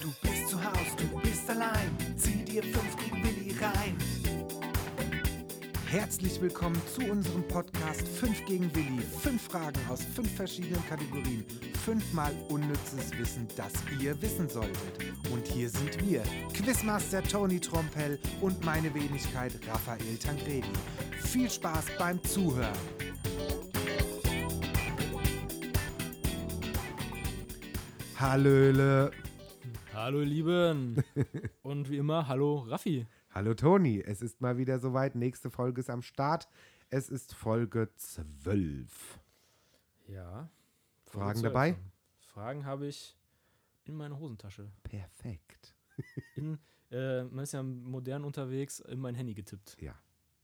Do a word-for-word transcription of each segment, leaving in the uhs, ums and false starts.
Du bist zu Haus, du bist allein. Zieh dir fünf gegen Willi rein. Herzlich willkommen zu unserem Podcast fünf gegen Willi. Fünf Fragen aus fünf verschiedenen Kategorien. Fünfmal unnützes Wissen, das ihr wissen solltet. Und hier sind wir, Quizmaster Toni Trompell und meine Wenigkeit Raphael Tancredi. Viel Spaß beim Zuhören. Hallöle. Hallo ihr Lieben. Und wie immer, hallo Raffi. Hallo Toni, es ist mal wieder soweit. Nächste Folge ist am Start. Es ist Folge zwölf. Ja. Fragen dabei? Fragen habe ich in meiner Hosentasche. Perfekt. In, äh, man ist ja modern unterwegs, in mein Handy getippt. Ja.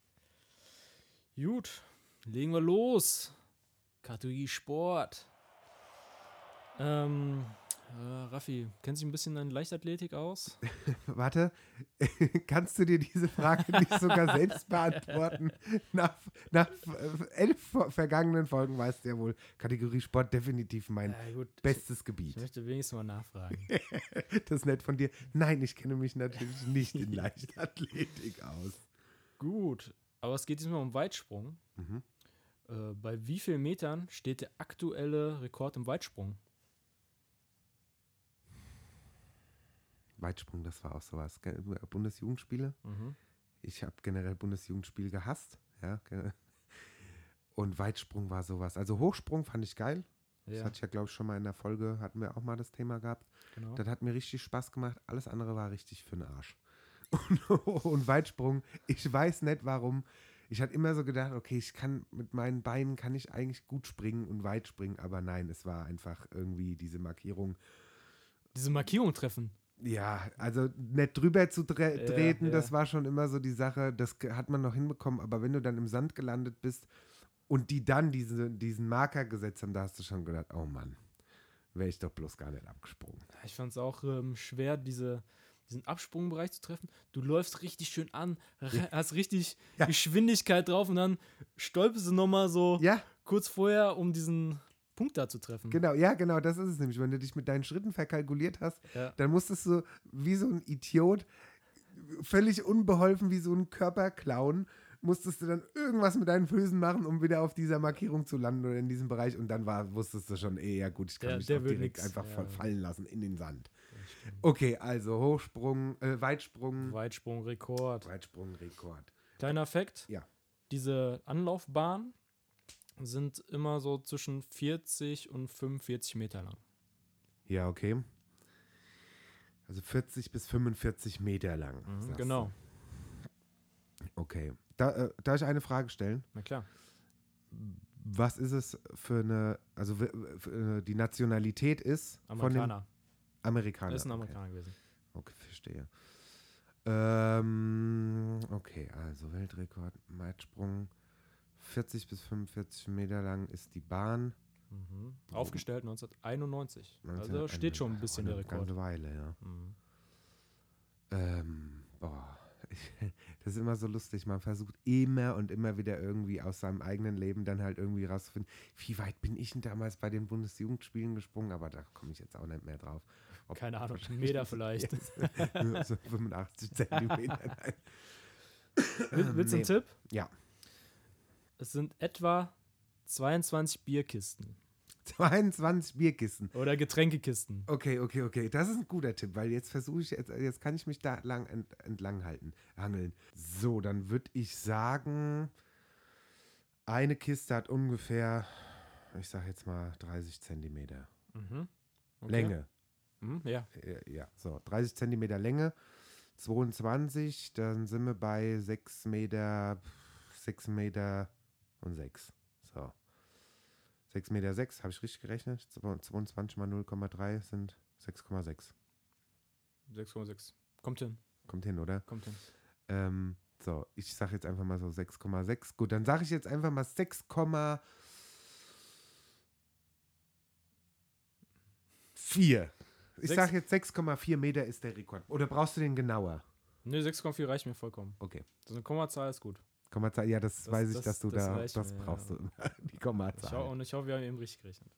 Gut, legen wir los. Kategorie Sport. Ähm, äh, Raffi, kennst du dich ein bisschen in Leichtathletik aus? Warte, kannst du dir diese Frage nicht sogar selbst beantworten? Nach, nach elf vergangenen Folgen weißt du ja wohl, Kategorie Sport definitiv mein Ja, gut, bestes ich, Gebiet. Ich möchte wenigstens mal nachfragen. Das ist nett von dir. Nein, ich kenne mich natürlich nicht in Leichtathletik aus. Gut, aber es geht diesmal um Weitsprung. Mhm. Äh, bei wie vielen Metern steht der aktuelle Rekord im Weitsprung? Weitsprung, das war auch sowas. Bundesjugendspiele. Mhm. Ich habe generell Bundesjugendspiel gehasst. Ja. Und Weitsprung war sowas. Also Hochsprung fand ich geil. Ja. Das hatte ich ja, glaube ich, schon mal in der Folge, hatten wir auch mal das Thema gehabt. Genau. Das hat mir richtig Spaß gemacht. Alles andere war richtig für den Arsch. Und, und Weitsprung, ich weiß nicht warum. Ich hatte immer so gedacht, okay, ich kann mit meinen Beinen kann ich eigentlich gut springen und weit springen, aber nein, es war einfach irgendwie diese Markierung. Diese Markierung treffen. Ja, also nicht drüber zu tre- Ja, treten, ja. das war schon immer so die Sache, das ge- hat man noch hinbekommen, aber wenn du dann im Sand gelandet bist und die dann diese, diesen Marker gesetzt haben, da hast du schon gedacht, oh Mann, wäre ich doch bloß gar nicht abgesprungen. Ich fand es auch ähm, schwer, diese, diesen Absprungbereich zu treffen. Du läufst richtig schön an, r- hast richtig Ja. Geschwindigkeit drauf und dann stolperst du nochmal so Ja, kurz vorher, um diesen Punkt da zu treffen. genau, ja, genau, das ist es nämlich. Wenn du dich mit deinen Schritten verkalkuliert hast, Ja. dann musstest du wie so ein Idiot, völlig unbeholfen wie so ein Körperclown, musstest du dann irgendwas mit deinen Füßen machen, um wieder auf dieser Markierung zu landen oder in diesem Bereich. Und dann war, wusstest du schon, eh, ja gut, ich kann Der- mich der auch wird direkt nix. einfach Ja. voll fallen lassen in den Sand. Okay, also Hochsprung, äh, Weitsprung, Weitsprung, Rekord. Weitsprung, Rekord. Kleiner Fakt, Ja. diese Anlaufbahnen sind immer so zwischen vierzig und fünfundvierzig Meter lang. Ja, okay. Also vierzig bis fünfundvierzig Meter lang. Mhm, sagst genau, du. Okay. Da, äh, darf ich eine Frage stellen? na klar. Was ist es für eine, also w- w- die Nationalität ist von Amerikaner. den Amerikanern? Das ist ein Okay. Amerikaner gewesen. Okay, verstehe. Ähm, okay, also Weltrekord, Weitsprung, vierzig bis fünfundvierzig Meter lang ist die Bahn. Mhm. Aufgestellt neunzehnhunderteinundneunzig. Also neunzehnhunderteinundneunzig. steht schon ein bisschen der Eine Rekord. ganze Weile, ja. Mhm. Ähm, boah, das ist immer so lustig. Man versucht immer und immer wieder irgendwie aus seinem eigenen Leben dann halt irgendwie rauszufinden, wie weit bin ich denn damals bei den Bundesjugendspielen gesprungen, aber da komme ich jetzt auch nicht mehr drauf. Ob Keine Ahnung, einen Meter vielleicht. Nur so fünfundachtzig Zentimeter. Nein. Will, willst du einen Nee. Tipp? Ja, Es sind etwa zweiundzwanzig Bierkisten zweiundzwanzig Bierkisten. oder Getränkekisten. Okay, okay, okay. Das ist ein guter Tipp, weil jetzt versuche ich, jetzt, jetzt kann ich mich da lang ent, entlang halten, hangeln. So, dann würde ich sagen, eine Kiste hat ungefähr, ich sage jetzt mal dreißig Zentimeter Mhm. Okay. Länge. Mhm, ja. Ja, ja, so, dreißig Zentimeter Länge, zweiundzwanzig, dann sind wir bei sechs Meter, sechs Meter und sechs. So. sechs Meter sechs, habe ich richtig gerechnet? zweiundzwanzig mal null Komma drei sind sechs Komma sechs. sechs Komma sechs. Kommt hin, Kommt hin, oder? kommt hin. Ähm, so, ich sage jetzt einfach mal so sechs Komma sechs. Gut, dann sage ich jetzt einfach mal sechs Komma vier. Ich Sechs- sage jetzt sechs Komma vier Meter ist der Rekord. Oder brauchst du den genauer? Ne, sechs Komma vier reicht mir vollkommen. Okay. So eine Kommazahl ist gut. Kommazahl, ja, das, Das- weiß ich, das- dass du das da, reicht das mir, brauchst ja. du, die Ich Kommazahl. hoffe, und ich hoffe, wir haben eben richtig gerechnet.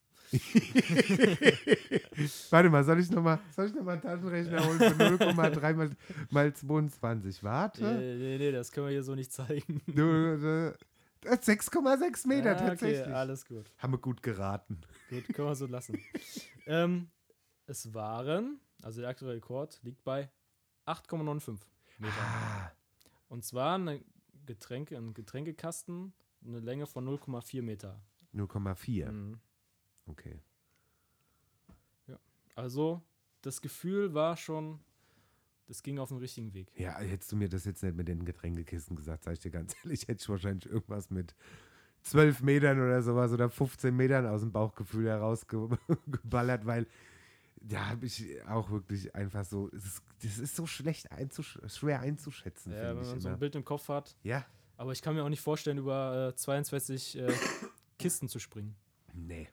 Warte mal, soll ich nochmal noch mal einen Taschenrechner holen für null Komma drei mal, mal zweiundzwanzig? Warte. Nee, nee, nee, das können wir hier so nicht zeigen. Du, du, das ist sechs Komma sechs Meter Ja, tatsächlich. Okay, alles gut. Haben wir gut geraten. Gut, können wir so lassen. ähm, es waren, also der aktuelle Rekord liegt bei acht Komma fünfundneunzig Meter. Ah, Und zwar eine Getränke, ein Getränkekasten, eine Länge von null Komma vier Meter. null Komma vier. Mhm. Okay. Also, das Gefühl war schon, das ging auf den richtigen Weg. Ja, hättest du mir das jetzt nicht mit den Getränkekisten gesagt, sag ich dir ganz ehrlich, hätte ich wahrscheinlich irgendwas mit zwölf Metern oder sowas oder fünfzehn Metern aus dem Bauchgefühl herausgeballert, weil da habe ich auch wirklich einfach so, das ist, das ist so schlecht einzusch schwer einzuschätzen, Ja, finde wenn ich man so immer. ein Bild im Kopf hat. Ja, Aber ich kann mir auch nicht vorstellen, über äh, zweiundzwanzig äh, Kisten zu springen. nee.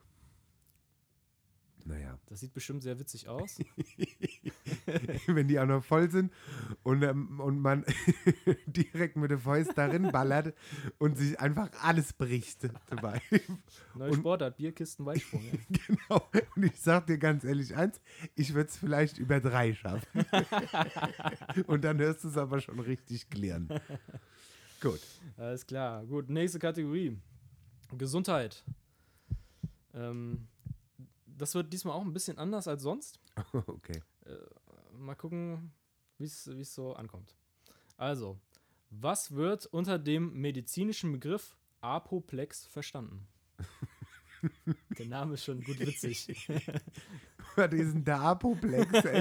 Naja. Das sieht bestimmt sehr witzig aus. Wenn die auch noch voll sind und, ähm, und man direkt mit der Fäust darin ballert und sich einfach alles bricht dabei. Neue Und- Sportart, Bierkisten, Weitsprung. Ja. Genau. Und ich sag dir ganz ehrlich eins, ich würde es vielleicht über drei schaffen. Und dann hörst du es aber schon richtig klirren. Gut. Alles klar. Gut, nächste Kategorie. Gesundheit. Ähm, das wird diesmal auch ein bisschen anders als sonst. Okay. Mal gucken, wie es so ankommt. Also, was wird unter dem medizinischen Begriff Apoplex verstanden? Der Name ist schon gut witzig. Was ist denn der Apoplex, ey?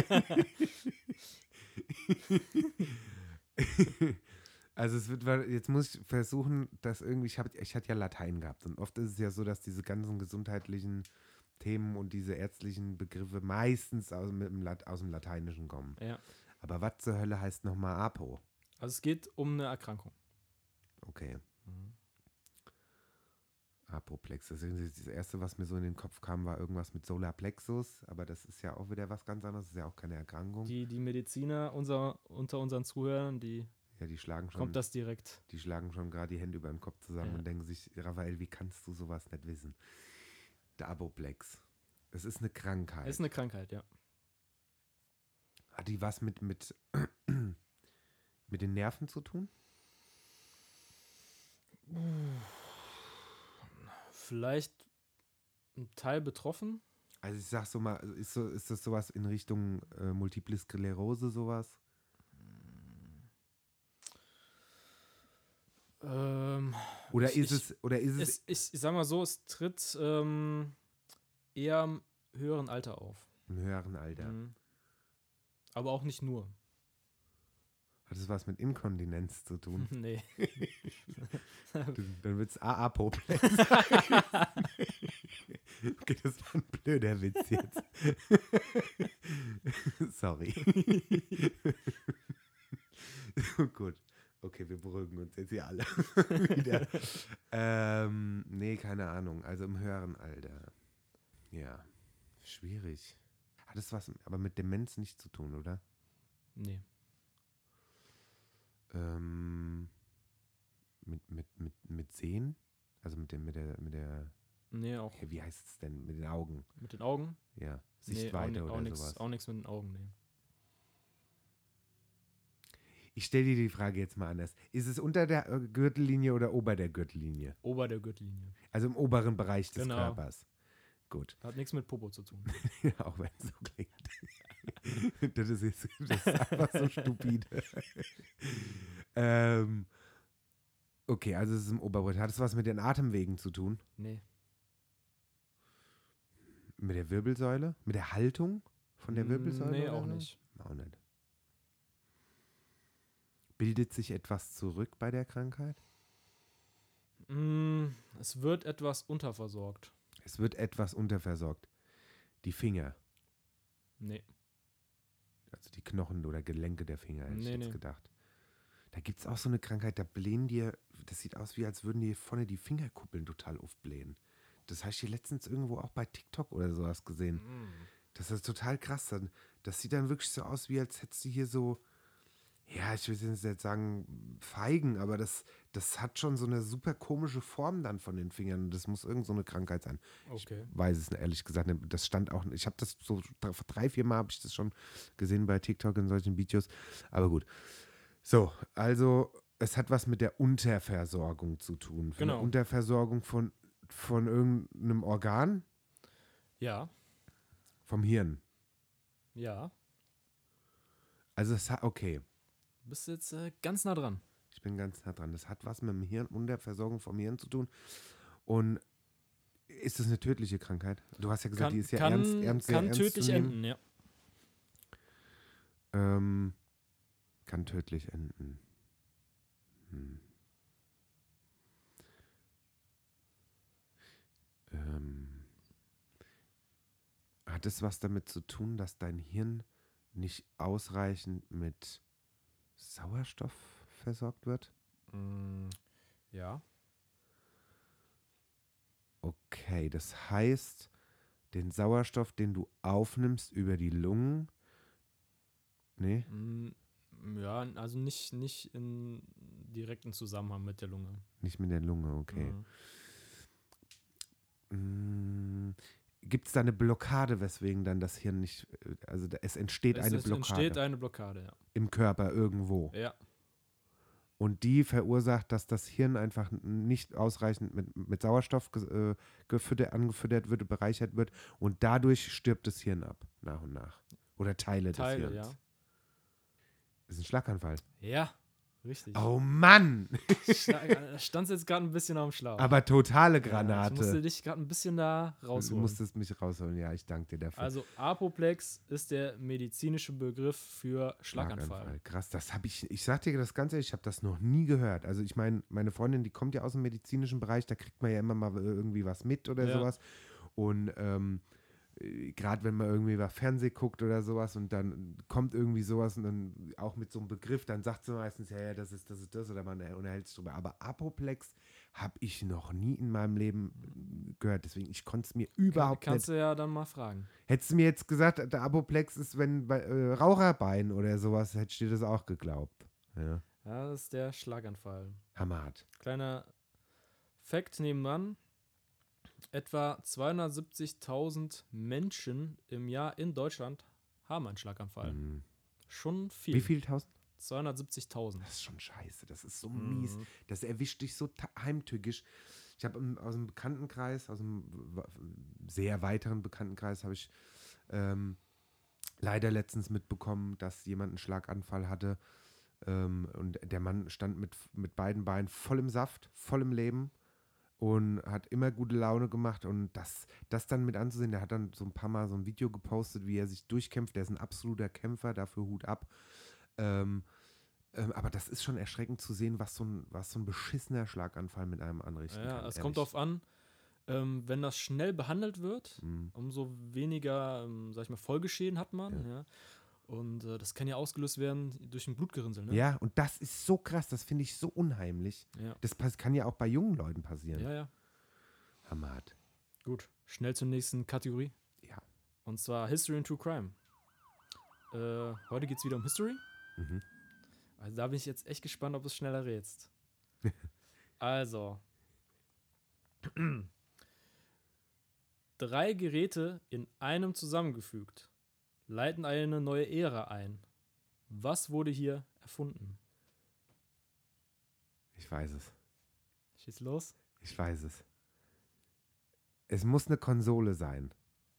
Also es wird, weil- jetzt muss ich versuchen, dass irgendwie, ich, hab, ich hatte ja Latein gehabt und oft ist es ja so, dass diese ganzen gesundheitlichen Themen und diese ärztlichen Begriffe meistens aus, mit dem Lat, aus dem Lateinischen kommen. Ja. Aber was zur Hölle heißt nochmal Apo? Also es geht um eine Erkrankung. Okay. Apoplex. Das, ist irgendwie das erste, was mir so in den Kopf kam, war irgendwas mit Solarplexus, aber das ist ja auch wieder was ganz anderes, das ist ja auch keine Erkrankung. Die, die Mediziner unser, unter unseren Zuhörern, die ja, die schlagen schon, kommt das direkt. die schlagen schon gerade die Hände über den Kopf zusammen Ja. und denken sich, Raphael, wie kannst du sowas nicht wissen? Der Apoplex. Es ist eine Krankheit. Ist eine Krankheit, ja. Hat die was mit, mit, mit den Nerven zu tun? Vielleicht ein Teil betroffen. Also ich sag so mal, ist, so, ist das sowas in Richtung äh, Multiple Sklerose, sowas? Ähm, Oder Ich- ist es, oder ist es, es, ich, ich sag mal so, es tritt ähm, eher im höheren Alter auf. im höheren Alter? Mhm. Aber auch nicht nur. Hat es was mit Inkontinenz zu tun? Nee. Dann, dann wird es A A-Poplex. Okay, das war ein blöder Witz jetzt. Sorry. Gut. Okay, wir beruhigen uns jetzt hier alle wieder. Ähm, nee, keine Ahnung. Also im höheren Alter. Ja, schwierig. Hat es was aber mit Demenz nicht zu tun, oder? Nee. Ähm, mit, mit, mit, mit Sehen? Also mit, dem, mit der, mit der, Nee, auch ja, wie heißt es denn? Mit den Augen? mit den Augen? Ja, Nee, Sichtweite auch, ni- auch oder nix, sowas. auch nichts mit den Augen, nee. Ich stelle dir die Frage jetzt mal anders. Ist es unter der äh, Gürtellinie oder ober der Gürtellinie? Ober der Gürtellinie. Also im oberen Bereich des Genau. Körpers. Gut. Hat nichts mit Popo zu tun. Auch wenn es so klingt. das, ist jetzt, das ist einfach so stupide. ähm, okay, also es ist im Oberbereich. Hat es was mit den Atemwegen zu tun? Nee. Mit der Wirbelsäule? Mit der Haltung von der Mm, Wirbelsäule? Nee, oder auch so? nicht. Auch nicht. Bildet sich etwas zurück bei der Krankheit? Mm, es wird etwas unterversorgt. Es wird etwas unterversorgt. Die Finger, Nee. also die Knochen oder Gelenke der Finger, hätte ich Nee, jetzt nee. gedacht. Da gibt es auch so eine Krankheit, da blähen dir, das sieht aus wie, als würden dir vorne die Fingerkuppeln total aufblähen. Das habe ich hier letztens irgendwo auch bei TikTok oder sowas gesehen. Mm. Das ist total krass. Dann- Das sieht dann wirklich so aus, wie als hättest du hier so, ja, ich will jetzt sagen Feigen, aber das, das hat schon so eine super komische Form dann von den Fingern. Das muss irgend so eine Krankheit sein. Okay. Ich weiß es ehrlich gesagt nicht. Das stand auch, ich habe das so drei, vier Mal habe ich das schon gesehen bei TikTok in solchen Videos. Aber gut. So, also es hat was mit der Unterversorgung zu tun. Von Genau. der Unterversorgung von, von irgendeinem Organ, Ja, vom Hirn. ja. Also es hat, okay, Du bist jetzt äh, ganz nah dran. ich bin ganz nah dran. Das hat was mit dem Hirn, Unterversorgung vom Hirn zu tun. Und ist das eine tödliche Krankheit? Du hast ja gesagt, Kann, die ist ja kann, ernst, ernst, sehr kann ernst tödlich zu nehmen. enden, ja. Ähm, kann tödlich enden. Hm. Ähm, hat es was damit zu tun, dass dein Hirn nicht ausreichend mit Sauerstoff versorgt wird? Mm, ja. Okay, das heißt, den Sauerstoff, den du aufnimmst über die Lungen, nee, Mm, ja, also nicht, nicht in direkten Zusammenhang mit der Lunge. nicht mit der Lunge, okay. Mhm. Mm, gibt es da eine Blockade, weswegen dann das Hirn nicht, äh, also da- es entsteht Es, eine es Blockade entsteht eine Blockade, ja. im Körper irgendwo. Ja, Und die verursacht, dass das Hirn einfach nicht ausreichend mit, mit Sauerstoff ge, äh, gefüttert, angefüttert wird, bereichert wird und dadurch stirbt das Hirn ab, nach und nach. Oder Teile, Teile, des Hirns. ja. Das ist ein Schlaganfall. Ja, richtig. Oh Mann! Schla- Standst jetzt gerade ein bisschen am Schlauch. Aber totale Ja, ich musste Granate. dich gerade ein bisschen da Du rausholen. musstest mich rausholen, ja, ich danke dir dafür. Also Apoplex ist der medizinische Begriff für Schlaganfall. Krass, das habe ich, ich sag dir das Ganze, ich habe das noch nie gehört. Also ich meine, meine Freundin, die kommt ja aus dem medizinischen Bereich, da kriegt man ja immer mal irgendwie was mit oder Ja. sowas. Und ähm, gerade wenn man irgendwie was Fernsehen guckt oder sowas und dann kommt irgendwie sowas und dann auch mit so einem Begriff, dann sagt sie meistens, ja, ja, das ist das ist das oder man unterhält sich drüber. Aber Apoplex habe ich noch nie in meinem Leben gehört, deswegen ich konnte es mir überhaupt Kann, kannst nicht. du ja dann mal fragen. Hättest du mir jetzt gesagt, der Apoplex ist, wenn bei äh, Raucherbein oder sowas, hätte ich dir das auch geglaubt. Ja, Ja, das ist der Schlaganfall. hammerhart. Kleiner Fact nebenan. Etwa zweihundertsiebzigtausend Menschen im Jahr in Deutschland haben einen Schlaganfall. Mhm. Schon viel. Wie viel tausend? zweihundertsiebzigtausend. Das ist schon scheiße, das ist so Mhm. mies. Das erwischt dich so ta- heimtückisch. Ich habe aus dem Bekanntenkreis, aus einem w- sehr weiteren Bekanntenkreis, habe ich ähm, leider letztens mitbekommen, dass jemand einen Schlaganfall hatte. Ähm, und der Mann stand mit, mit beiden Beinen voll im Saft, voll im Leben und hat immer gute Laune gemacht. Und das, das dann mit anzusehen, der hat dann so ein paar Mal so ein Video gepostet, wie er sich durchkämpft. Der ist ein absoluter Kämpfer, dafür Hut ab. Ähm, ähm, aber das ist schon erschreckend zu sehen, was so ein, was so ein beschissener Schlaganfall mit einem anrichten Ja, kann. es ehrlich. kommt darauf an, ähm, wenn das schnell behandelt wird, Mhm. umso weniger, ähm, sag ich mal, Folgeschäden hat man. Ja. Und äh, das kann ja ausgelöst werden durch ein Blutgerinnsel. Ne? Ja, und das ist so krass, das finde ich so unheimlich. Ja. Das pass- kann ja auch bei jungen Leuten passieren. ja, ja. Hammerhart. Gut, schnell zur nächsten Kategorie. Ja. Und zwar History and True Crime. Äh, heute geht es wieder um History. Mhm. Also da bin ich jetzt echt gespannt, ob du es schneller rätst. Also. Drei Geräte in einem zusammengefügt leiten eine neue Ära ein. Was wurde hier erfunden? Ich weiß es. Schieß los. Ich weiß es. Es muss eine Konsole sein.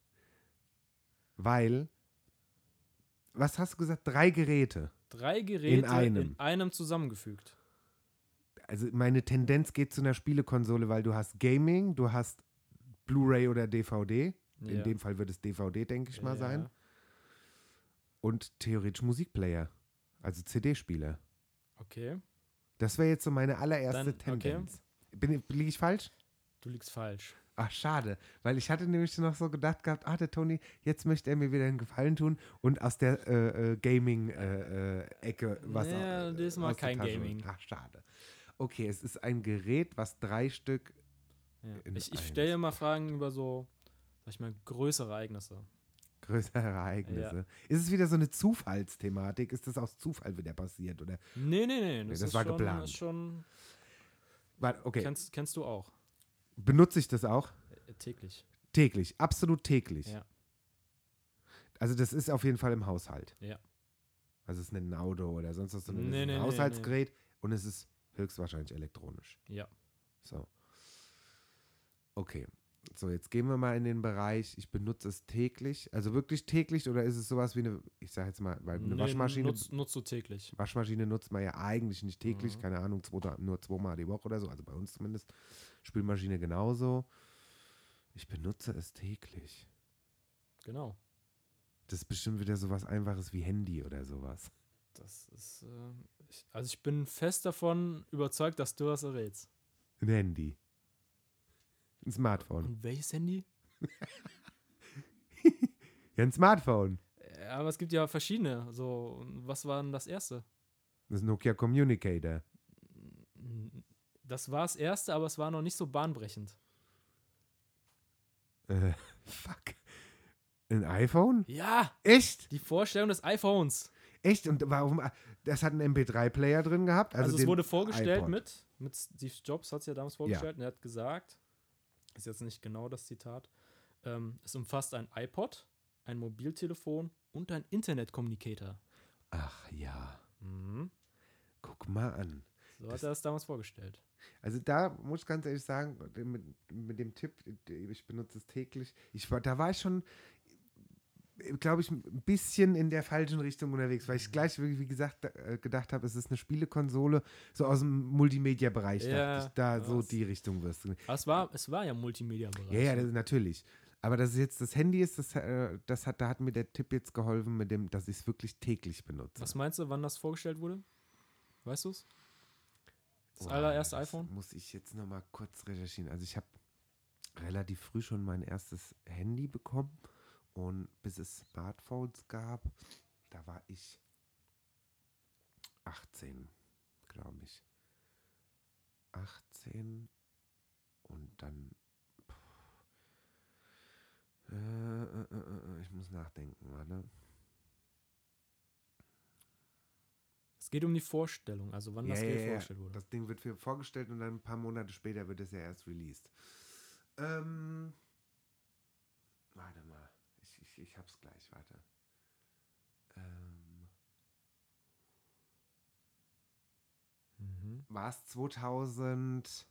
Weil, was hast du gesagt? Drei Geräte. Drei Geräte einem. in einem zusammengefügt. Also meine Tendenz geht zu einer Spielekonsole, weil du hast Gaming, du hast Blu-ray oder D V D. In Ja. dem Fall wird es D V D, denke ich mal, Ja. sein. Und theoretisch Musikplayer. Also C D-Spieler. Okay, Das wäre jetzt so meine allererste Dann, okay. Tendenz. Bin, liege ich falsch? du liegst falsch. Ach, schade. Weil ich hatte nämlich noch so gedacht gehabt, ah, der Toni, jetzt möchte er mir wieder einen Gefallen tun und aus der äh, äh, Gaming-Ecke äh, was Ja, au- diesmal aus der kein Tasche Gaming. holen. Ach, schade. Okay, es ist ein Gerät, was drei Stück Ja. In Ich, ich eins. stelle dir mal Fragen über so, sag ich mal, größere Ereignisse. Größere Ereignisse. Ja. Ist es wieder so eine Zufallsthematik? Ist das aus Zufall wieder passiert? Oder? Nee, nee, nee. Nee, Das, das ist war schon, geplant. Ist schon, Warte, okay. kennst, kennst du auch. Benutze ich das auch? Äh, täglich. Täglich, absolut täglich. Ja. Also das ist auf jeden Fall im Haushalt. Ja. Also es ist nicht ein Auto oder sonst was, sondern Nee, es ist ein nee, nee, Haushaltsgerät und es ist höchstwahrscheinlich elektronisch. Ja. So. Okay. So, jetzt gehen wir mal in den Bereich, ich benutze es täglich. Also wirklich täglich oder ist es sowas wie eine, ich sage jetzt mal, weil eine Nee, Waschmaschine, Nutzt, nutzt du täglich. Waschmaschine nutzt man ja eigentlich nicht täglich, Mhm. keine Ahnung, zwei, nur zweimal die Woche oder so, also bei uns zumindest. Spülmaschine genauso. Ich benutze es täglich. Genau. Das ist bestimmt wieder sowas Einfaches wie Handy oder sowas. Das ist, äh, ich, also ich bin fest davon überzeugt, dass du das errätst. Ein Handy. Ein Smartphone. Und welches Handy? Ja, ein Smartphone. Ja, aber es gibt ja verschiedene. So, was war denn das erste? Das Nokia Communicator. Das war das erste, aber es war noch nicht so bahnbrechend. Äh, fuck. Ein iPhone? Ja, Echt? die Vorstellung des iPhones. Echt? Und warum? Das hat einen M P drei Player drin gehabt? Also, Also, es den wurde vorgestellt iPod. mit, mit Steve Jobs hat es ja damals vorgestellt und er hat gesagt, ist jetzt nicht genau das Zitat, ähm, es umfasst ein iPod, ein Mobiltelefon und ein Internet-Communicator. Ach ja. Mhm. Guck mal an. So Das- hat er es damals vorgestellt. Also da muss ich ganz ehrlich sagen, mit, mit dem Tipp, ich benutze es täglich, ich war, da war ich schon, glaube ich, ein bisschen in der falschen Richtung unterwegs, weil ich gleich, wie wie gesagt, da, äh, gedacht habe, es ist eine Spielekonsole, so aus dem Multimedia-Bereich, Ja, dachte ich, da so was? die Richtung wirst du. Aber es war, es war ja Multimedia-Bereich. Ja, ja, das, natürlich. Aber dass es jetzt das Handy ist, das, äh, das hat, da hat mir der Tipp jetzt geholfen, mit dem, dass ich es wirklich täglich benutze. Was meinst du, wann das vorgestellt wurde? Weißt du es? Das Boah, allererste das iPhone? Muss ich jetzt nochmal kurz recherchieren. Also ich habe relativ früh schon mein erstes Handy bekommen und bis es Smartphones gab, da war ich achtzehn, glaube ich. achtzehn und dann pff, äh, äh, äh, ich muss nachdenken, warte. Es geht um die Vorstellung, also wann das Ja, Gerät ja, ja. vorgestellt wurde. Das Ding wird für vorgestellt und dann ein paar Monate später wird es ja erst released. Ähm, warte mal. Ich, ich, ich hab's gleich, warte. Ähm, Mhm. war es zweitausendacht?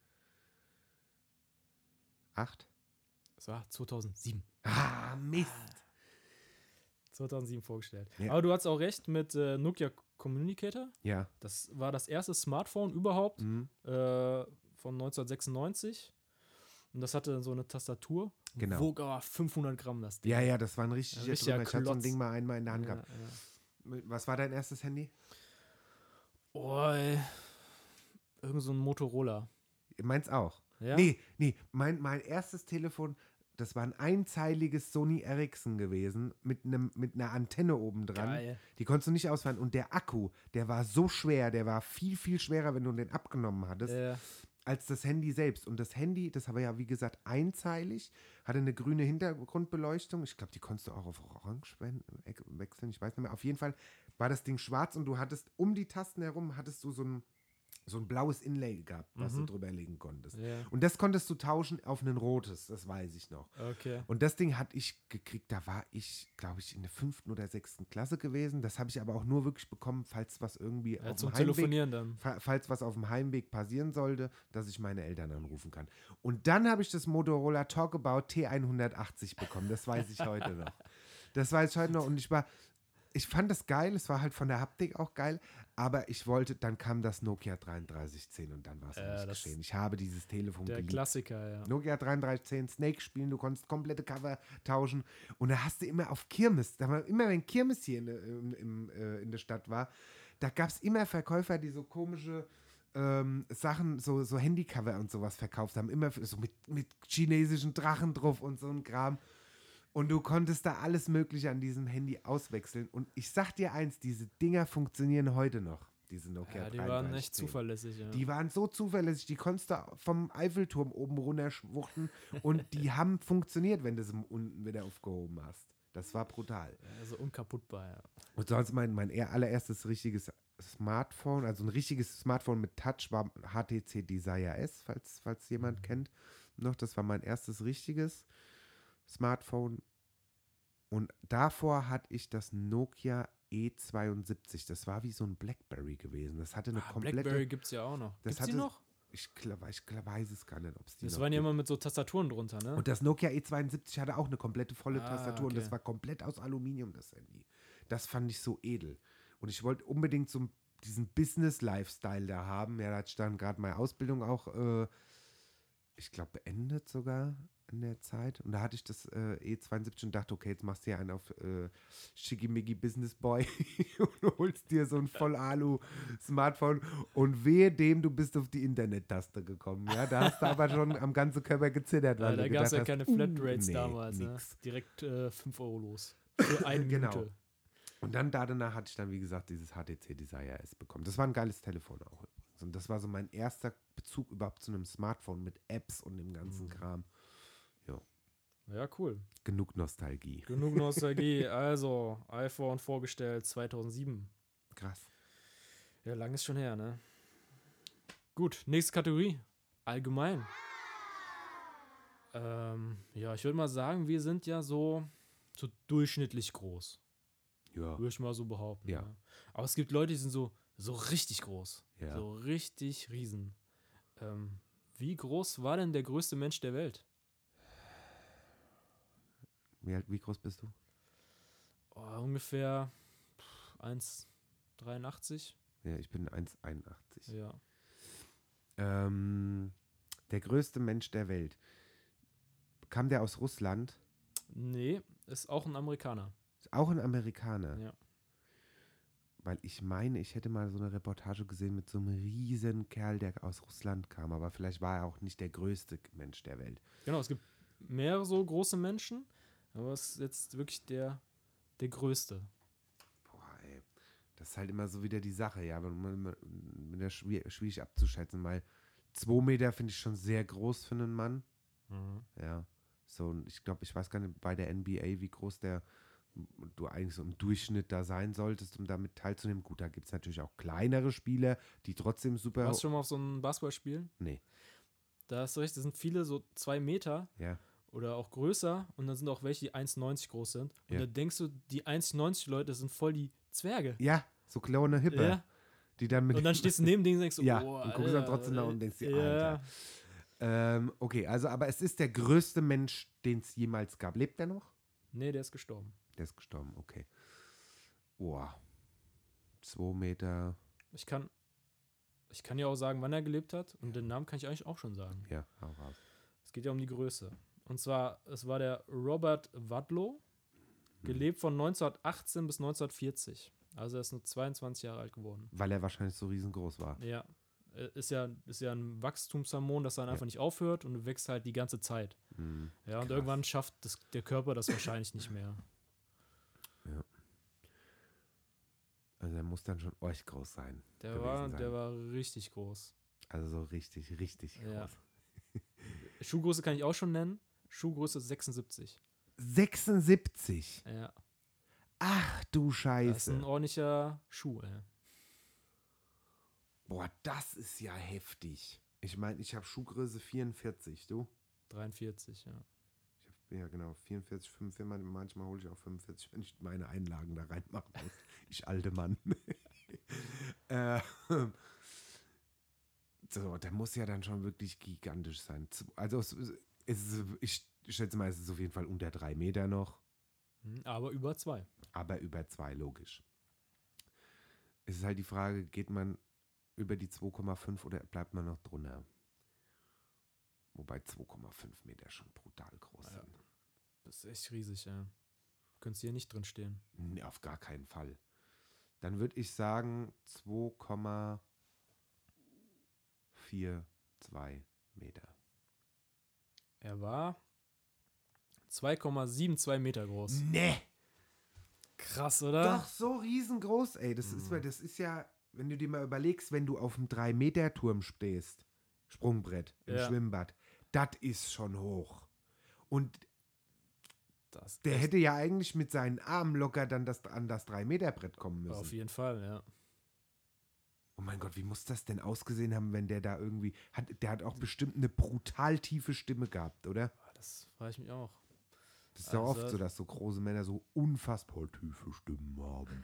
Das war zweitausendsieben. Ah, Mist. zweitausendsieben vorgestellt. Ja. Aber du hast auch recht mit äh, Nokia Communicator. Ja. Das war das erste Smartphone überhaupt Mhm. äh, von neunzehnhundertsechsundneunzig. Und das hatte so eine Tastatur. Genau. Wog aber fünfhundert Gramm das Ding. Ja, ja, das war ein richtiger Ein richtiger Trümmer. Ich hatte so ein Klotz. Ding mal einmal in der Hand Ja, gehabt. ja. Was war dein erstes Handy? Oh, ey. Irgend so ein Motorola. Meins auch. Ja? Nee, nee, mein, mein erstes Telefon, das war ein einzeiliges Sony Ericsson gewesen, mit, einem, mit einer Antenne oben dran. Geil. Die konntest du nicht ausfahren. Und der Akku, der war so schwer, der war viel, viel schwerer, wenn du den abgenommen hattest, Äh, als das Handy selbst. Und das Handy, das war ja, wie gesagt, einzeilig, hatte eine grüne Hintergrundbeleuchtung. Ich glaube, die konntest du auch auf Orange wen- wechseln, ich weiß nicht mehr. Auf jeden Fall war das Ding schwarz und du hattest um die Tasten herum, hattest du so ein, so ein blaues Inlay gehabt, was Mhm. du drüber legen konntest. ja. Und das konntest du tauschen auf ein rotes, das weiß ich noch. Okay. Und das Ding hatte ich gekriegt, da war ich, glaube ich, in der fünften oder sechsten Klasse gewesen. Das habe ich aber auch nur wirklich bekommen, falls was irgendwie Ja, auf zum dem Heimweg, Telefonieren dann. fa- falls was auf dem Heimweg passieren sollte, dass ich meine Eltern anrufen kann. Und dann habe ich das Motorola Talkabout T hundertachtzig bekommen. Das weiß ich heute noch. Das weiß ich heute noch. Und ich war, ich fand das geil. Es war halt von der Haptik auch geil. Aber ich wollte, dann kam das Nokia dreiunddreißig zehn und dann war es Ja, nicht das- geschehen. Ich habe dieses Telefon Der geliebt. Klassiker, ja. Nokia dreiunddreißig zehn, Snake spielen, du konntest komplette Cover tauschen und da hast du immer auf Kirmes, da war immer wenn Kirmes hier in, der- im, im, äh, in der Stadt war, da gab es immer Verkäufer, die so komische ähm, Sachen, so, so Handycover und sowas verkauft haben, immer für- so mit, mit chinesischen Drachen drauf und so ein Kram. Und du konntest da alles Mögliche an diesem Handy auswechseln. Und ich sag dir eins, diese Dinger funktionieren heute noch, diese Nokia Ja, die dreiunddreißig waren echt zehn. zuverlässig, ja. Die waren so zuverlässig, die konntest du vom Eiffelturm oben runter schwuchten und die haben funktioniert, wenn du sie unten wieder aufgehoben hast. Das war brutal. Also unkaputtbar, ja. Und sonst mein, mein eher allererstes richtiges Smartphone, also ein richtiges Smartphone mit Touch war H T C Desire S, falls, falls jemand Mhm. kennt noch. Das war mein erstes richtiges Smartphone. Und davor hatte ich das Nokia E zweiundsiebzig. Das war wie so ein Blackberry gewesen. Das hatte eine Ah, komplette... Blackberry gibt's ja auch noch. Das Gibt's die hatte- noch? Ich, glaub, ich glaub, weiß es gar nicht, ob es die Das noch waren ja gibt. immer mit so Tastaturen drunter, ne? Und das Nokia E zweiundsiebzig hatte auch eine komplette volle Ah, Tastatur und das okay. war komplett aus Aluminium, das Handy. Das fand ich so edel. Und ich wollte unbedingt so diesen Business-Lifestyle da haben. Ja, da hat dann gerade meine Ausbildung auch, äh, ich glaube, beendet sogar in der Zeit. Und da hatte ich das äh, E zweiundsiebzig und dachte, okay, jetzt machst du ja einen auf äh, Schickimicki Business Boy und holst dir so ein Voll-Alu-Smartphone und wehe dem, du bist auf die Internet-Taste gekommen. Ja, da hast du aber schon am ganzen Körper gezittert, weil Ja, da du gab es gedacht ja hast, keine Flatrates uh, nee, damals, ne? nix. Direkt äh, fünf Euro los. Für eine Genau. Minute. Und dann da danach hatte ich dann, wie gesagt, dieses H T C Desire S bekommen. Das war ein geiles Telefon auch übrigens. Und das war so mein erster Bezug überhaupt zu einem Smartphone mit Apps und dem ganzen Mhm. Kram. Ja, cool. Genug Nostalgie. Genug Nostalgie. Also, iPhone vorgestellt zweitausendsieben. Krass. Ja, lang ist schon her, ne? Gut, nächste Kategorie. Allgemein. Ähm, ja, ich würde mal sagen, wir sind ja so, so durchschnittlich groß. Ja. Würde ich mal so behaupten. Ja. Ne? Aber es gibt Leute, die sind so, so richtig groß. Ja. So richtig riesen. Ähm, wie groß war denn der größte Mensch der Welt? Wie, alt- wie groß bist du? Oh, ungefähr eins Komma dreiundachtzig. Ja, ich bin eins Komma einundachtzig. Ja. Ähm, der größte Mensch der Welt. Kam der aus Russland? Nee, ist auch ein Amerikaner. Ist auch ein Amerikaner. Ja. Weil ich meine, ich hätte mal so eine Reportage gesehen mit so einem riesen Kerl, der aus Russland kam. Aber vielleicht war er auch nicht der größte Mensch der Welt. Genau, es gibt mehrere so große Menschen, aber es ist jetzt wirklich der, der größte. Boah, ey. Das ist halt immer so wieder die Sache, ja. Aber mit der schwierig, schwierig abzuschätzen, weil zwei Meter finde ich schon sehr groß für einen Mann. Mhm. Ja. So, und ich glaube, ich weiß gar nicht bei der N B A, wie groß der du eigentlich so im Durchschnitt da sein solltest, um damit teilzunehmen. Gut, da gibt es natürlich auch kleinere Spieler, die trotzdem super. Warst du schon mal auf so einem Basketballspiel? Nee, Da hast du recht, das sind viele so zwei Meter ja. oder auch größer und dann sind auch welche, die eins Komma neunzig groß sind. Und Ja. da denkst du, die eins Komma neunzig Leute sind voll die Zwerge. Ja, so kleine Hippe, Ja. die dann mit. Und dann stehst du neben denen und denkst, Ja, oh, und guckst dann Alter, trotzdem nach und denkst dir, ja. Alter. Ähm, okay, also, aber es ist der größte Mensch, den es jemals gab. Lebt der noch? Nee, der ist gestorben. Der ist gestorben, okay. Boah. Zwei Meter. Ich kann, ich kann ja auch sagen, wann er gelebt hat und den Namen kann ich eigentlich auch schon sagen. Ja, hau raus. Es geht ja um die Größe. Und zwar, es war der Robert Wadlow, gelebt von neunzehnhundertachtzehn bis neunzehnhundertvierzig. Also er ist nur zweiundzwanzig Jahre alt geworden. Weil er wahrscheinlich so riesengroß war. Ja, äh, ist ja, ist ja ein Wachstumshormon, das dann Ja. einfach nicht aufhört und du wächst halt die ganze Zeit. Hm. Ja, und Krass. irgendwann schafft das, der Körper das wahrscheinlich nicht mehr. Also er muss dann schon euch groß sein. Der gewesen war, sein. der war richtig groß. Also so richtig, richtig Ja. groß. Schuhgröße kann ich auch schon nennen. Schuhgröße sechsundsiebzig. sechsundsiebzig. Ja, Ach du das ist Scheiße. ein ordentlicher Schuh, ey. Boah, das ist ja heftig. Ich meine, ich habe Schuhgröße vierundvierzig, du? dreiundvierzig, ja. Ich hab, ja, genau, vierundvierzig, fünfundvierzig. Manchmal hole ich auch fünfundvierzig, wenn ich meine Einlagen da reinmachen muss. Ich alte Mann. äh, so, der muss ja dann schon wirklich gigantisch sein. Z- Also, es, es ist, ich schätze mal, es ist auf jeden Fall unter drei Meter noch. Hm, Aber über zwei. Aber über zwei, logisch. Es ist halt die Frage, geht man über die zwei Komma fünf oder bleibt man noch drunter? Wobei zwei Komma fünf Meter schon brutal groß Ja. sind. Das ist echt riesig, ja. Könntest hier nicht drin stehen. Nee, auf gar keinen Fall. Dann würde ich sagen zwei Komma zweiundvierzig Meter. Er war zwei Komma zweiundsiebzig Meter groß. Nee! Krass, oder? Doch, so riesengroß, ey. Das, ist, das ist ja, wenn du dir mal überlegst, wenn du auf einem drei Meter Turm stehst, Sprungbrett im Ja. Schwimmbad, das ist schon hoch. Und Das Der echt- hätte ja eigentlich mit seinen Armen locker dann das, an das drei Meter Brett kommen müssen. Auf jeden Fall, ja. Oh mein Gott, wie muss das denn ausgesehen haben, wenn der da irgendwie. Hat, der hat auch bestimmt eine brutal tiefe Stimme gehabt, oder? Das frage ich mich auch. Das ist doch Also- oft so, dass so große Männer so unfassbar tiefe Stimmen haben.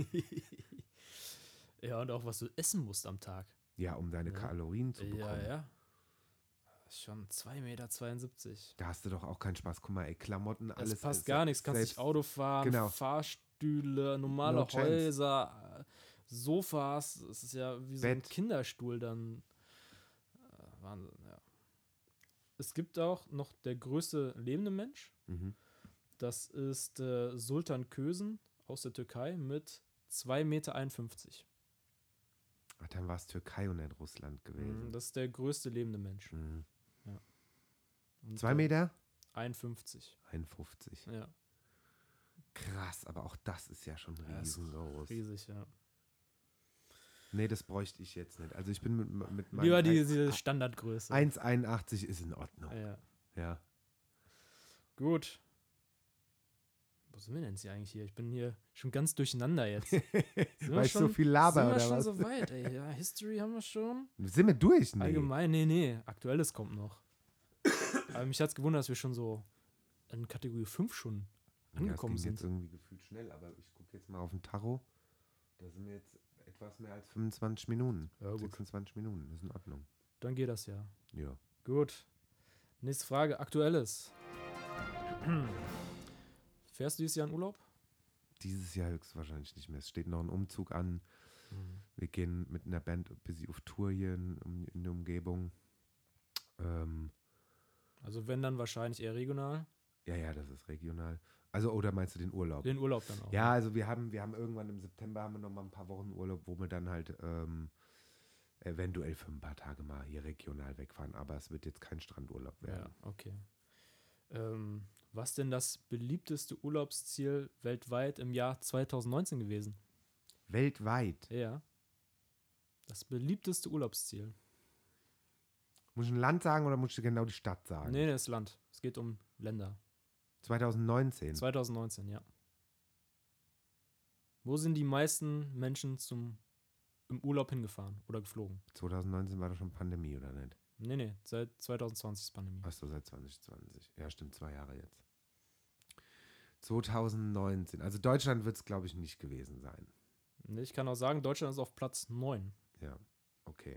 Ja, und auch was du essen musst am Tag. Ja, um deine Ja. Kalorien zu bekommen. Ja, ja. Schon zwei Meter zweiundsiebzig. Da hast du doch auch keinen Spaß. Guck mal, ey, Klamotten, Das alles. passt ist gar nichts. Kannst selbst- nicht Auto fahren, Genau. Fahrstühle, normale No chance. Häuser, äh, Sofas. Es ist ja wie so ein Bett. Kinderstuhl dann. Äh, Wahnsinn, ja. Es gibt auch noch der größte lebende Mensch. Mhm. Das ist äh, Sultan Kösen aus der Türkei mit zwei Meter einundfünfzig. Ach, dann war es Türkei und nicht Russland gewesen. Das ist der größte lebende Mensch. Mhm. Und, Zwei äh, Meter? einundfünfzig. einundfünfzig. Ja, Krass, aber auch das ist ja schon Ja, ist riesengroß. riesig, ja. Nee, das bräuchte ich jetzt nicht. Also ich bin mit, mit meinem Lieber die, ein- diese Standardgröße. eins Komma einundachtzig ist in Ordnung. Ja. Ja. Gut. Wo sind wir denn jetzt hier eigentlich hier? Ich bin hier schon ganz durcheinander jetzt. Sind wir Weil ich so schon- viel laber, sind wir oder schon was? so weit, ey. Ja, History haben wir schon. Sind wir durch? Nee. Allgemein, nee, nee. Aktuelles kommt noch. Aber mich hat's gewundert, dass wir schon so in Kategorie fünf schon angekommen ja, es ging sind. jetzt irgendwie gefühlt schnell, aber ich gucke jetzt mal auf den Tacho. Da sind wir jetzt etwas mehr als fünfundzwanzig Minuten. Ja, gut. sechsundzwanzig Minuten, das ist in Ordnung. Dann geht das ja. Ja. Gut. Nächste Frage. Aktuelles. Fährst du dieses Jahr in Urlaub? Dieses Jahr höchstwahrscheinlich nicht mehr. Es steht noch ein Umzug an. Wir gehen mit einer Band ein bisschen auf Tour hier in, um, in der Umgebung. Ähm, Also wenn dann wahrscheinlich eher regional. ja, ja, das ist regional. Also, oder meinst du den Urlaub? Den Urlaub dann auch. Ja, also wir haben, wir haben irgendwann im September haben wir noch mal ein paar Wochen Urlaub, wo wir dann halt ähm, eventuell für ein paar Tage mal hier regional wegfahren. Aber es wird jetzt kein Strandurlaub Ja, werden. okay. Ähm, was denn das beliebteste Urlaubsziel weltweit im Jahr zweitausendneunzehn gewesen? Weltweit. Ja. Das beliebteste Urlaubsziel. Muss ich ein Land sagen oder muss ich genau die Stadt sagen? Nee, nee, das Land. Es geht um Länder. zwanzig neunzehn. zweitausendneunzehn, ja. Wo sind die meisten Menschen zum im Urlaub hingefahren oder geflogen? zwanzig neunzehn war doch schon Pandemie, oder nicht? Nee, nee, seit zweitausendzwanzig ist Pandemie. Achso, seit zwanzig zwanzig. Ja, stimmt, zwei Jahre jetzt. zwanzig neunzehn. Also Deutschland wird es, glaube ich, nicht gewesen sein. Nee, ich kann auch sagen, Deutschland ist auf Platz neun. Ja, okay.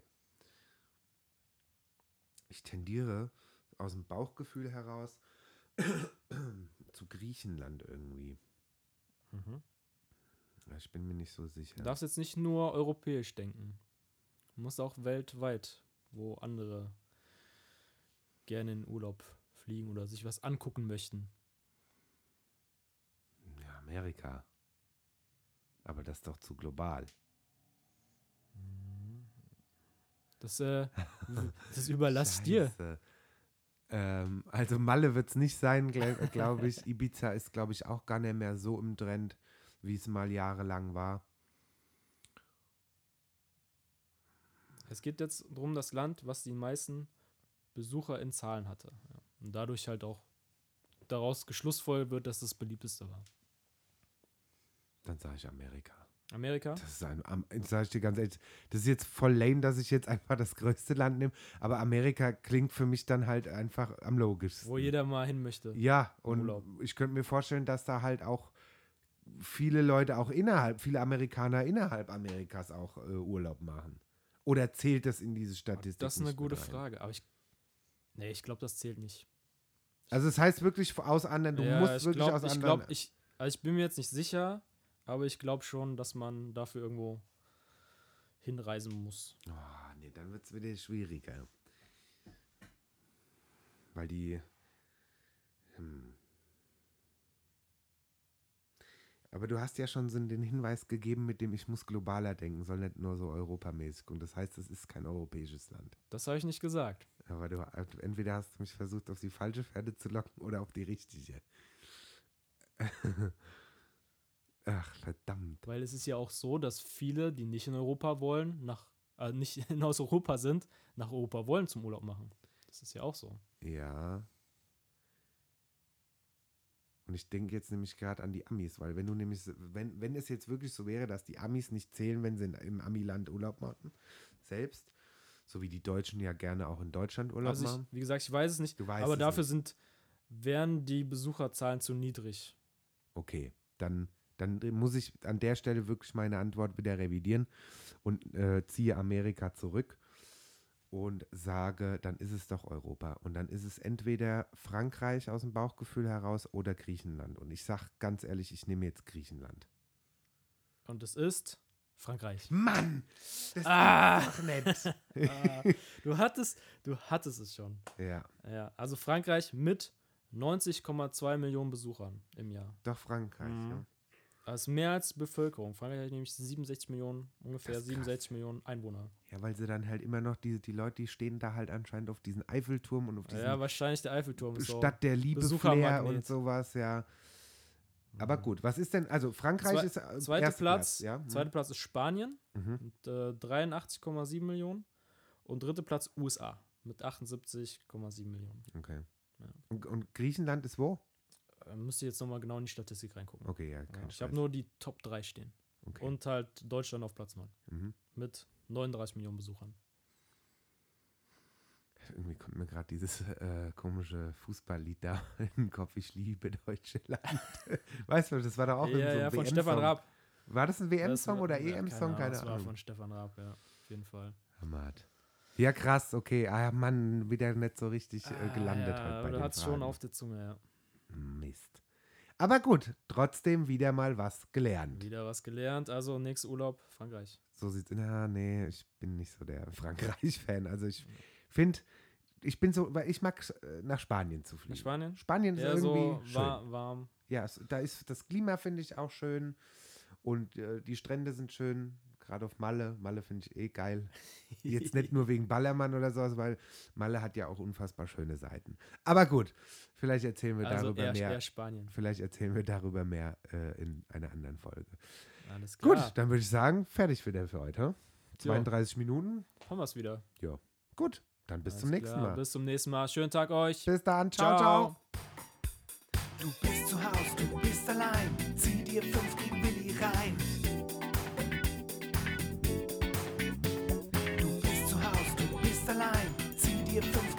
Ich tendiere aus dem Bauchgefühl heraus zu Griechenland irgendwie. Mhm. Ja, ich bin mir nicht so sicher. Du darfst jetzt nicht nur europäisch denken. Du musst auch weltweit, wo andere gerne in Urlaub fliegen oder sich was angucken möchten. Ja, Amerika. Aber das ist doch zu global. Das, äh, das überlass dir. Scheiße. Ähm, also Malle wird es nicht sein, glaube glaub ich. Ibiza ist, glaube ich, auch gar nicht mehr so im Trend, wie es mal jahrelang war. Es geht jetzt darum, das Land, was die meisten Besucher in Zahlen hatte. Ja. Und dadurch halt auch daraus geschlussfolgert wird, dass das beliebteste war. Dann sage ich Amerika. Amerika? Das ist ein, am- sag ich dir ganz ehrlich, das ist jetzt voll lame, dass ich jetzt einfach das größte Land nehme, aber Amerika klingt für mich dann halt einfach am logischsten. Wo jeder mal hin möchte. Ja, und Urlaub. ich könnte mir vorstellen, dass da halt auch viele Leute auch innerhalb, viele Amerikaner innerhalb Amerikas auch äh, Urlaub machen. Oder zählt das in diese Statistik? Das ist eine nicht gute mit rein? Frage. Aber ich. Nee, ich glaube, das zählt nicht. Also es heißt wirklich aus anderen, du ja, musst ich wirklich glaub, aus ich anderen. glaub, ich, also ich bin mir jetzt nicht sicher, aber ich glaube schon, dass man dafür irgendwo hinreisen muss. Oh, nee, dann wird es wieder schwieriger. Weil die. Hm. Aber du hast ja schon so den Hinweis gegeben, mit dem ich muss globaler denken, soll nicht nur so europamäßig. Und das heißt, es ist kein europäisches Land. Das habe ich nicht gesagt. Aber du, entweder hast du mich versucht, auf die falsche Pferde zu locken oder auf die richtige. Ach, verdammt. Weil es ist ja auch so, dass viele, die nicht in Europa wollen, nach, äh, nicht in aus Europa sind, nach Europa wollen zum Urlaub machen. Das ist ja auch so. Ja. Und ich denke jetzt nämlich gerade an die Amis, weil wenn du nämlich, wenn, wenn es jetzt wirklich so wäre, dass die Amis nicht zählen, wenn sie in, im Amiland Urlaub machen, selbst, so wie die Deutschen ja gerne auch in Deutschland Urlaub Also ich, machen. wie gesagt, ich weiß es nicht, Du weißt aber es dafür nicht. sind, wären die Besucherzahlen zu niedrig. Okay, dann, dann muss ich an der Stelle wirklich meine Antwort wieder revidieren und äh, ziehe Amerika zurück und sage, dann ist es doch Europa. Und dann ist es entweder Frankreich aus dem Bauchgefühl heraus oder Griechenland. Und ich sage ganz ehrlich, ich nehme jetzt Griechenland. Und es ist Frankreich. Mann! Das Ah. ist doch nett. Ah, du hattest, du hattest es schon. Ja, Ja, also Frankreich mit neunzig Komma zwei Millionen Besuchern im Jahr. doch Frankreich. Mhm. Ja. Das ist mehr als die Bevölkerung. Frankreich hat nämlich siebenundsechzig Millionen, ungefähr Das ist krass. siebenundsechzig Millionen Einwohner. ja, weil sie dann halt immer noch, die, die Leute, die stehen da halt anscheinend auf diesen Eiffelturm und auf diesen Ja, wahrscheinlich der Eiffelturm ist so. Stadt der Liebe Flair Besuchermagnet. und sowas, ja. Aber gut, was ist denn, also Frankreich Zwei- ist äh, Zweiter erster Platz, ja? Hm. zweiter Platz ist Spanien Mhm. mit äh, dreiundachtzig Komma sieben Millionen und dritter Platz U S A mit achtundsiebzig Komma sieben Millionen. Okay. Ja. Und, und Griechenland ist wo? Äh, müsste jetzt nochmal genau in die Statistik reingucken. Okay, ja, Ja, kein ich habe Stress. nur die Top drei stehen. Okay. Und halt Deutschland auf Platz neun Mhm. mit neununddreißig Millionen Besuchern. Irgendwie kommt mir gerade dieses äh, komische Fußballlied da in den Kopf. Ich liebe Deutschland. Weißt du, das war doch auch ja, in so ja, einem von W M-Song. Stefan Raab. War das ein Das W M-Song war- oder ja, E M-Song? Ahnung, Keine Das war Ahnung. von Stefan Raab, ja, auf jeden Fall. Hammerhart. Ja, krass, okay. Ah, Mann, wieder nicht so richtig äh, gelandet ah, heute ja, bei Du den hattest schon Fragen. auf der Zunge, ja. Mist. Aber gut, trotzdem wieder mal was gelernt. Wieder was gelernt. Also, nächster Urlaub, Frankreich. So sieht's. Na, nee, ich bin nicht so der Frankreich-Fan. Also ich finde, ich bin so, weil ich mag äh, nach Spanien zu fliegen. Nach Spanien? Spanien ist Ja, irgendwie so schön. war, warm. Ja, es, da ist das Klima finde ich auch schön und äh, die Strände sind schön. Gerade auf Malle. Malle finde ich eh geil. Jetzt nicht nur wegen Ballermann oder sowas, weil Malle hat ja auch unfassbar schöne Seiten. Aber gut, vielleicht erzählen wir Also darüber eher, mehr. eher Spanien. Vielleicht erzählen wir darüber mehr äh, in einer anderen Folge. Alles klar. Gut, dann würde ich sagen, fertig wieder für heute. Tja, zweiunddreißig Minuten. haben wir es wieder. Gut, dann bis Alles zum nächsten klar, Mal. Bis zum nächsten Mal. Schönen Tag euch. Bis dann. Ciao, ciao. Du bist zu Haus, du bist allein. Zieh dir fünf gegen Willi rein. Du bist zu Haus, du bist allein. Zieh dir fünf